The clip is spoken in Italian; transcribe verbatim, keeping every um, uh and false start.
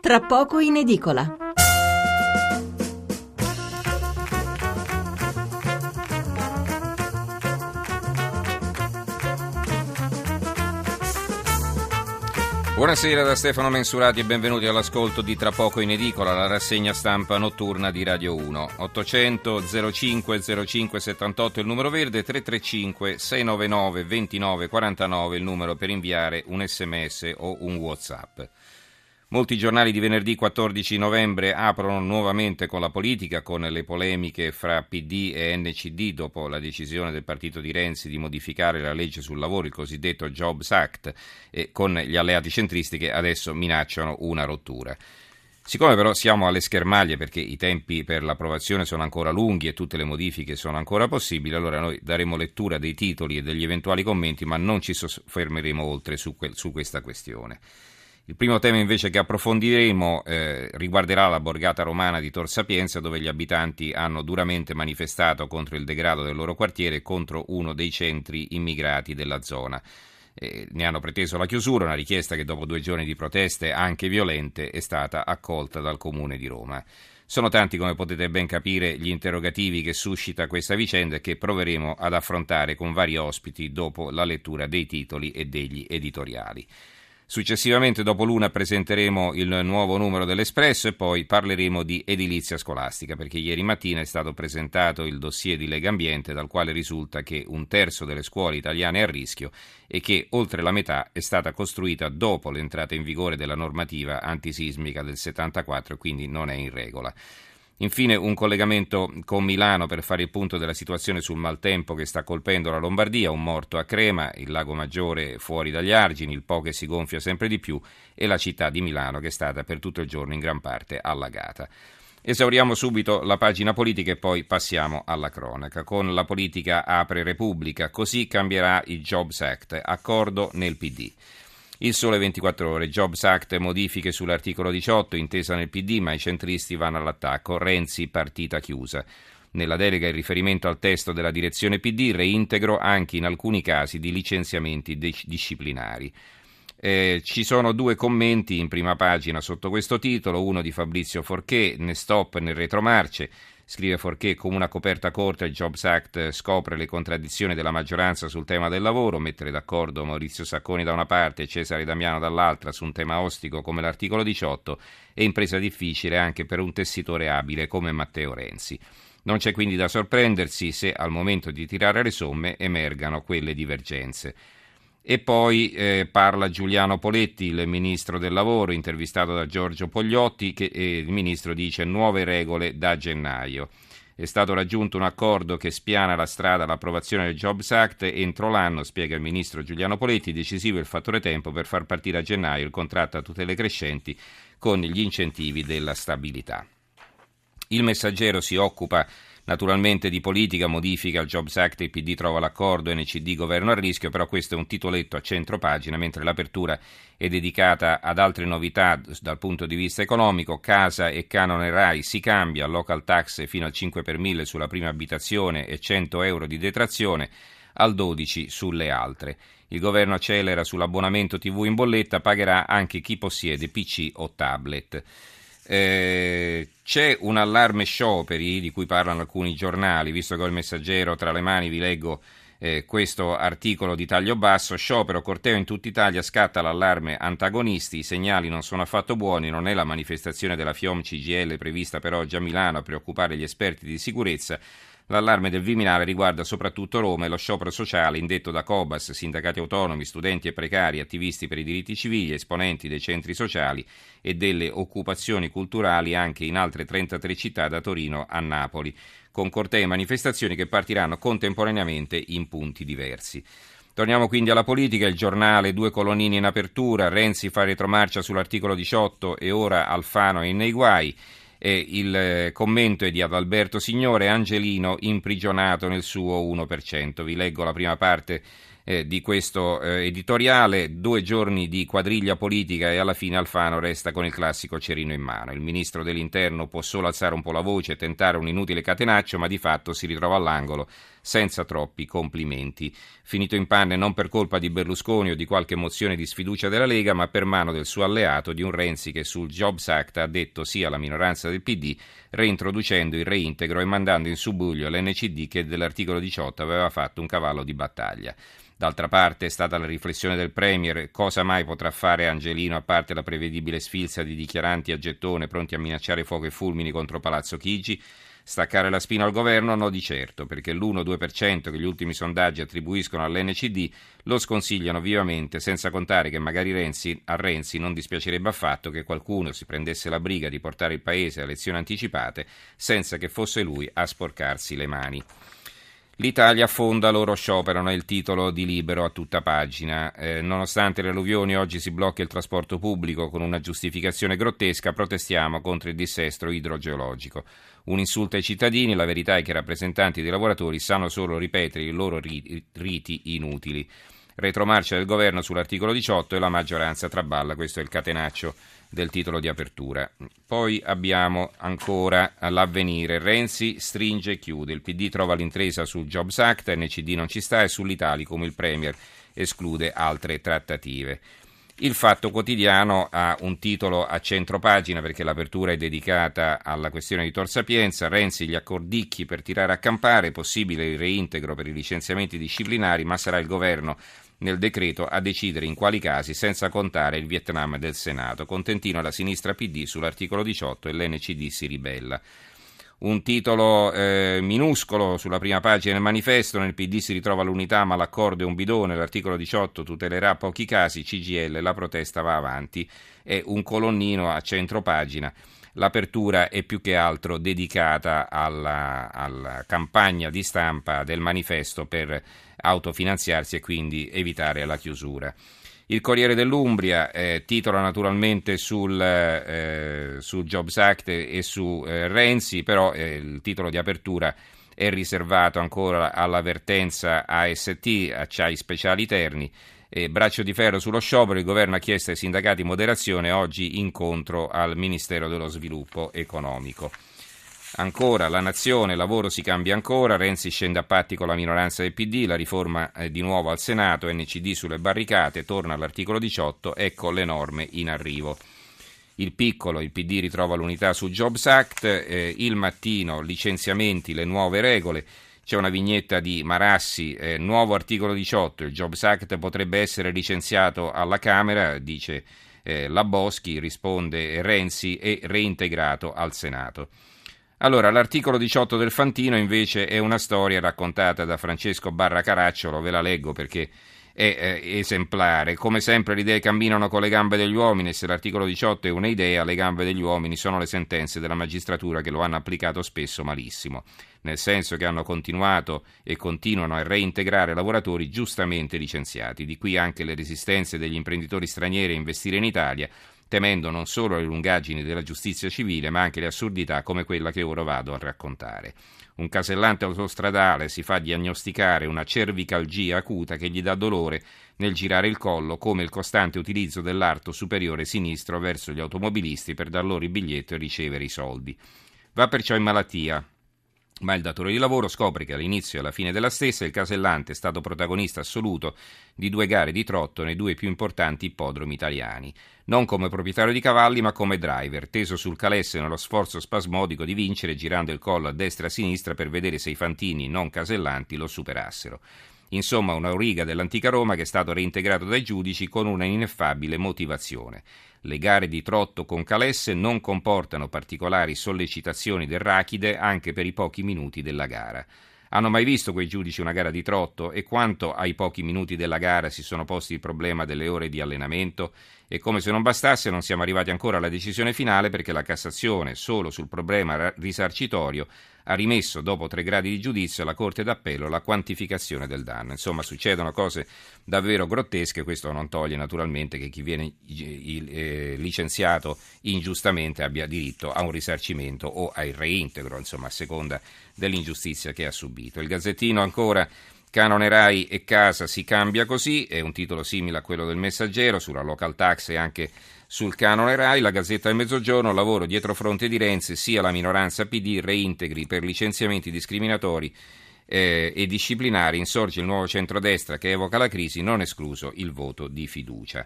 tra poco in edicola. Buonasera da Stefano Mensurati e benvenuti all'ascolto di Tra poco in edicola, la rassegna stampa notturna di Radio uno. ottocento zero cinque zero cinque settantotto il numero verde, tre tre cinque sei nove nove due nove quattro nove il numero per inviare un sms o un WhatsApp. Molti giornali di venerdì quattordici novembre aprono nuovamente con la politica, con le polemiche fra P D e N C D dopo la decisione del partito di Renzi di modificare la legge sul lavoro, il cosiddetto Jobs Act, e con gli alleati centristi che adesso minacciano una rottura. Siccome però siamo alle schermaglie perché i tempi per l'approvazione sono ancora lunghi e tutte le modifiche sono ancora possibili, allora noi daremo lettura dei titoli e degli eventuali commenti, ma non ci soffermeremo oltre su, que- su questa questione. Il primo tema invece che approfondiremo eh, riguarderà la borgata romana di Tor Sapienza, dove gli abitanti hanno duramente manifestato contro il degrado del loro quartiere e contro uno dei centri immigrati della zona. Eh, ne hanno preteso la chiusura, una richiesta che dopo due giorni di proteste anche violente è stata accolta dal Comune di Roma. Sono tanti, come potete ben capire, gli interrogativi che suscita questa vicenda e che proveremo ad affrontare con vari ospiti dopo la lettura dei titoli e degli editoriali. Successivamente, dopo l'una, presenteremo il nuovo numero dell'Espresso e poi parleremo di edilizia scolastica, perché ieri mattina è stato presentato il dossier di Legambiente, dal quale risulta che un terzo delle scuole italiane è a rischio e che oltre la metà è stata costruita dopo l'entrata in vigore della normativa antisismica del settantaquattro e quindi non è in regola. Infine un collegamento con Milano per fare il punto della situazione sul maltempo che sta colpendo la Lombardia, un morto a Crema, il Lago Maggiore fuori dagli argini, il Po che si gonfia sempre di più e la città di Milano che è stata per tutto il giorno in gran parte allagata. Esauriamo subito la pagina politica e poi passiamo alla cronaca. Con la politica apre Repubblica, così cambierà il Jobs Act, accordo nel P D. Il Sole ventiquattro Ore, Jobs Act, modifiche sull'articolo diciotto, intesa nel P D, ma i centristi vanno all'attacco. Renzi, partita chiusa. Nella delega il riferimento al testo della direzione P D, reintegro anche in alcuni casi di licenziamenti de- disciplinari. Eh, ci sono due commenti in prima pagina sotto questo titolo, uno di Fabrizio Forché, né stop né retromarce. Scrive Forché, con una coperta corta il Jobs Act scopre le contraddizioni della maggioranza sul tema del lavoro, mettere d'accordo Maurizio Sacconi da una parte e Cesare Damiano dall'altra su un tema ostico come l'articolo diciotto è impresa difficile anche per un tessitore abile come Matteo Renzi. Non c'è quindi da sorprendersi se al momento di tirare le somme emergano quelle divergenze. E poi eh, parla Giuliano Poletti, il ministro del lavoro, intervistato da Giorgio Pogliotti, che eh, il ministro dice nuove regole da gennaio. È stato raggiunto un accordo che spiana la strada all'approvazione del Jobs Act entro l'anno, spiega il ministro Giuliano Poletti, decisivo il fattore tempo per far partire a gennaio il contratto a tutele crescenti con gli incentivi della stabilità. Il Messaggero si occupa naturalmente di politica, modifica il Jobs Act, il P D trova l'accordo, N C D governo a rischio, però questo è un titoletto a centro pagina, mentre l'apertura è dedicata ad altre novità dal punto di vista economico. Casa e canone RAI si cambia, local tax fino al cinque per mille sulla prima abitazione e cento euro di detrazione, al dodici sulle altre. Il governo accelera sull'abbonamento tivù in bolletta, pagherà anche chi possiede P C o tablet. Eh, c'è un allarme scioperi di cui parlano alcuni giornali, visto che ho il Messaggero tra le mani vi leggo eh, questo articolo di taglio basso. Sciopero, corteo in tutta Italia, scatta l'allarme antagonisti, i segnali non sono affatto buoni, non è la manifestazione della FIOM C G I L prevista per oggi a Milano a preoccupare gli esperti di sicurezza. L'allarme del Viminale riguarda soprattutto Roma e lo sciopero sociale indetto da Cobas, sindacati autonomi, studenti e precari, attivisti per i diritti civili, esponenti dei centri sociali e delle occupazioni culturali anche in altre trentatré città da Torino a Napoli, con cortei e manifestazioni che partiranno contemporaneamente in punti diversi. Torniamo quindi alla politica, il Giornale, due colonnini in apertura, Renzi fa retromarcia sull'articolo diciotto e ora Alfano è nei guai. E il commento è di Adalberto Signore, Angelino imprigionato nel suo uno per cento. Vi leggo la prima parte eh, di questo eh, editoriale, due giorni di quadriglia politica e alla fine Alfano resta con il classico cerino in mano. Il ministro dell'interno può solo alzare un po' la voce e tentare un inutile catenaccio, ma di fatto si ritrova all'angolo senza troppi complimenti. Finito in panne non per colpa di Berlusconi o di qualche mozione di sfiducia della Lega, ma per mano del suo alleato, di un Renzi che sul Jobs Act ha detto sì alla minoranza del P D, reintroducendo il reintegro e mandando in subbuglio l'N C D che dell'articolo diciotto aveva fatto un cavallo di battaglia. D'altra parte è stata la riflessione del Premier: cosa mai potrà fare Angelino a parte la prevedibile sfilza di dichiaranti a gettone pronti a minacciare fuoco e fulmini contro Palazzo Chigi? Staccare la spina al governo? No di certo, perché l'uno due per cento che gli ultimi sondaggi attribuiscono all'N C D lo sconsigliano vivamente, senza contare che magari Renzi, a Renzi non dispiacerebbe affatto che qualcuno si prendesse la briga di portare il Paese a elezioni anticipate senza che fosse lui a sporcarsi le mani. L'Italia affonda, loro scioperano, è il titolo di Libero a tutta pagina. Eh, nonostante le alluvioni oggi si blocca il trasporto pubblico con una giustificazione grottesca, protestiamo contro il dissesto idrogeologico. Un insulto ai cittadini, la verità è che i rappresentanti dei lavoratori sanno solo ripetere i loro riti inutili. Retromarcia del governo sull'articolo diciotto e la maggioranza traballa, questo è il catenaccio del titolo di apertura. Poi abbiamo ancora l'Avvenire: Renzi stringe e chiude, il P D trova l'intesa sul Jobs Act, N C D non ci sta e sull'Italicum il Premier esclude altre trattative. Il Fatto Quotidiano ha un titolo a centropagina perché l'apertura è dedicata alla questione di Tor Sapienza. Renzi gli accordicchi per tirare a campare, possibile il reintegro per i licenziamenti disciplinari, ma sarà il governo nel decreto a decidere in quali casi, senza contare il Vietnam del Senato. Contentino la sinistra P D sull'articolo diciotto e l'N C D si ribella. Un titolo eh, minuscolo sulla prima pagina del Manifesto: nel P D si ritrova l'unità ma l'accordo è un bidone, l'articolo diciotto tutelerà pochi casi, C G I L, la protesta va avanti. È un colonnino a centropagina. L'apertura è più che altro dedicata alla, alla campagna di stampa del Manifesto per autofinanziarsi e quindi evitare la chiusura. Il Corriere dell'Umbria eh, titola naturalmente sul, eh, sul Jobs Act e su eh, Renzi, però eh, il titolo di apertura è riservato ancora all'avvertenza A S T, acciai speciali Terni. Eh, braccio di ferro sullo sciopero, il governo ha chiesto ai sindacati moderazione, oggi incontro al Ministero dello Sviluppo Economico. Ancora La Nazione, lavoro si cambia ancora, Renzi scende a patti con la minoranza del P D, la riforma eh, di nuovo al Senato, N C D sulle barricate, torna all'articolo diciotto, ecco le norme in arrivo. Il Piccolo, il P D ritrova l'unità sul Jobs Act, eh, Il Mattino, licenziamenti, le nuove regole. C'è una vignetta di Marassi, eh, nuovo articolo diciotto, il Jobs Act potrebbe essere licenziato alla Camera, dice eh, la Boschi, risponde Renzi, e reintegrato al Senato. Allora, l'articolo diciotto del Fantino invece è una storia raccontata da Francesco Barra Caracciolo, ve la leggo perché è eh, esemplare. Come sempre le idee camminano con le gambe degli uomini e se l'articolo diciotto è un'idea, le gambe degli uomini sono le sentenze della magistratura che lo hanno applicato spesso malissimo, nel senso che hanno continuato e continuano a reintegrare lavoratori giustamente licenziati. Di qui anche le resistenze degli imprenditori stranieri a investire in Italia, temendo non solo le lungaggini della giustizia civile, ma anche le assurdità come quella che ora vado a raccontare. Un casellante autostradale si fa diagnosticare una cervicalgia acuta che gli dà dolore nel girare il collo, come il costante utilizzo dell'arto superiore sinistro verso gli automobilisti per dar loro il biglietto e ricevere i soldi. Va perciò in malattia, ma il datore di lavoro scopre che all'inizio e alla fine della stessa il casellante è stato protagonista assoluto di due gare di trotto nei due più importanti ippodromi italiani, non come proprietario di cavalli ma come driver, teso sul calesse nello sforzo spasmodico di vincere girando il collo a destra e a sinistra per vedere se i fantini non casellanti lo superassero. Insomma, una auriga dell'antica Roma che è stato reintegrato dai giudici con una ineffabile motivazione. Le gare di trotto con calesse non comportano particolari sollecitazioni del rachide anche per i pochi minuti della gara. Hanno mai visto quei giudici una gara di trotto? E quanto ai pochi minuti della gara si sono posti il problema delle ore di allenamento? E come se non bastasse, non siamo arrivati ancora alla decisione finale perché la Cassazione, solo sul problema risarcitorio, ha rimesso dopo tre gradi di giudizio alla Corte d'Appello la quantificazione del danno. Insomma, succedono cose davvero grottesche. Questo non toglie naturalmente che chi viene eh, licenziato ingiustamente abbia diritto a un risarcimento o al reintegro, insomma, a seconda dell'ingiustizia che ha subito. Il Gazzettino ancora: canone Rai e casa si cambia così, è un titolo simile a quello del Messaggero sulla local tax e anche sul canone Rai. La Gazzetta del Mezzogiorno: lavoro dietro fronte di Renzi, sia la minoranza P D reintegri per licenziamenti discriminatori eh, e disciplinari, insorge il nuovo centrodestra che evoca la crisi, non escluso il voto di fiducia.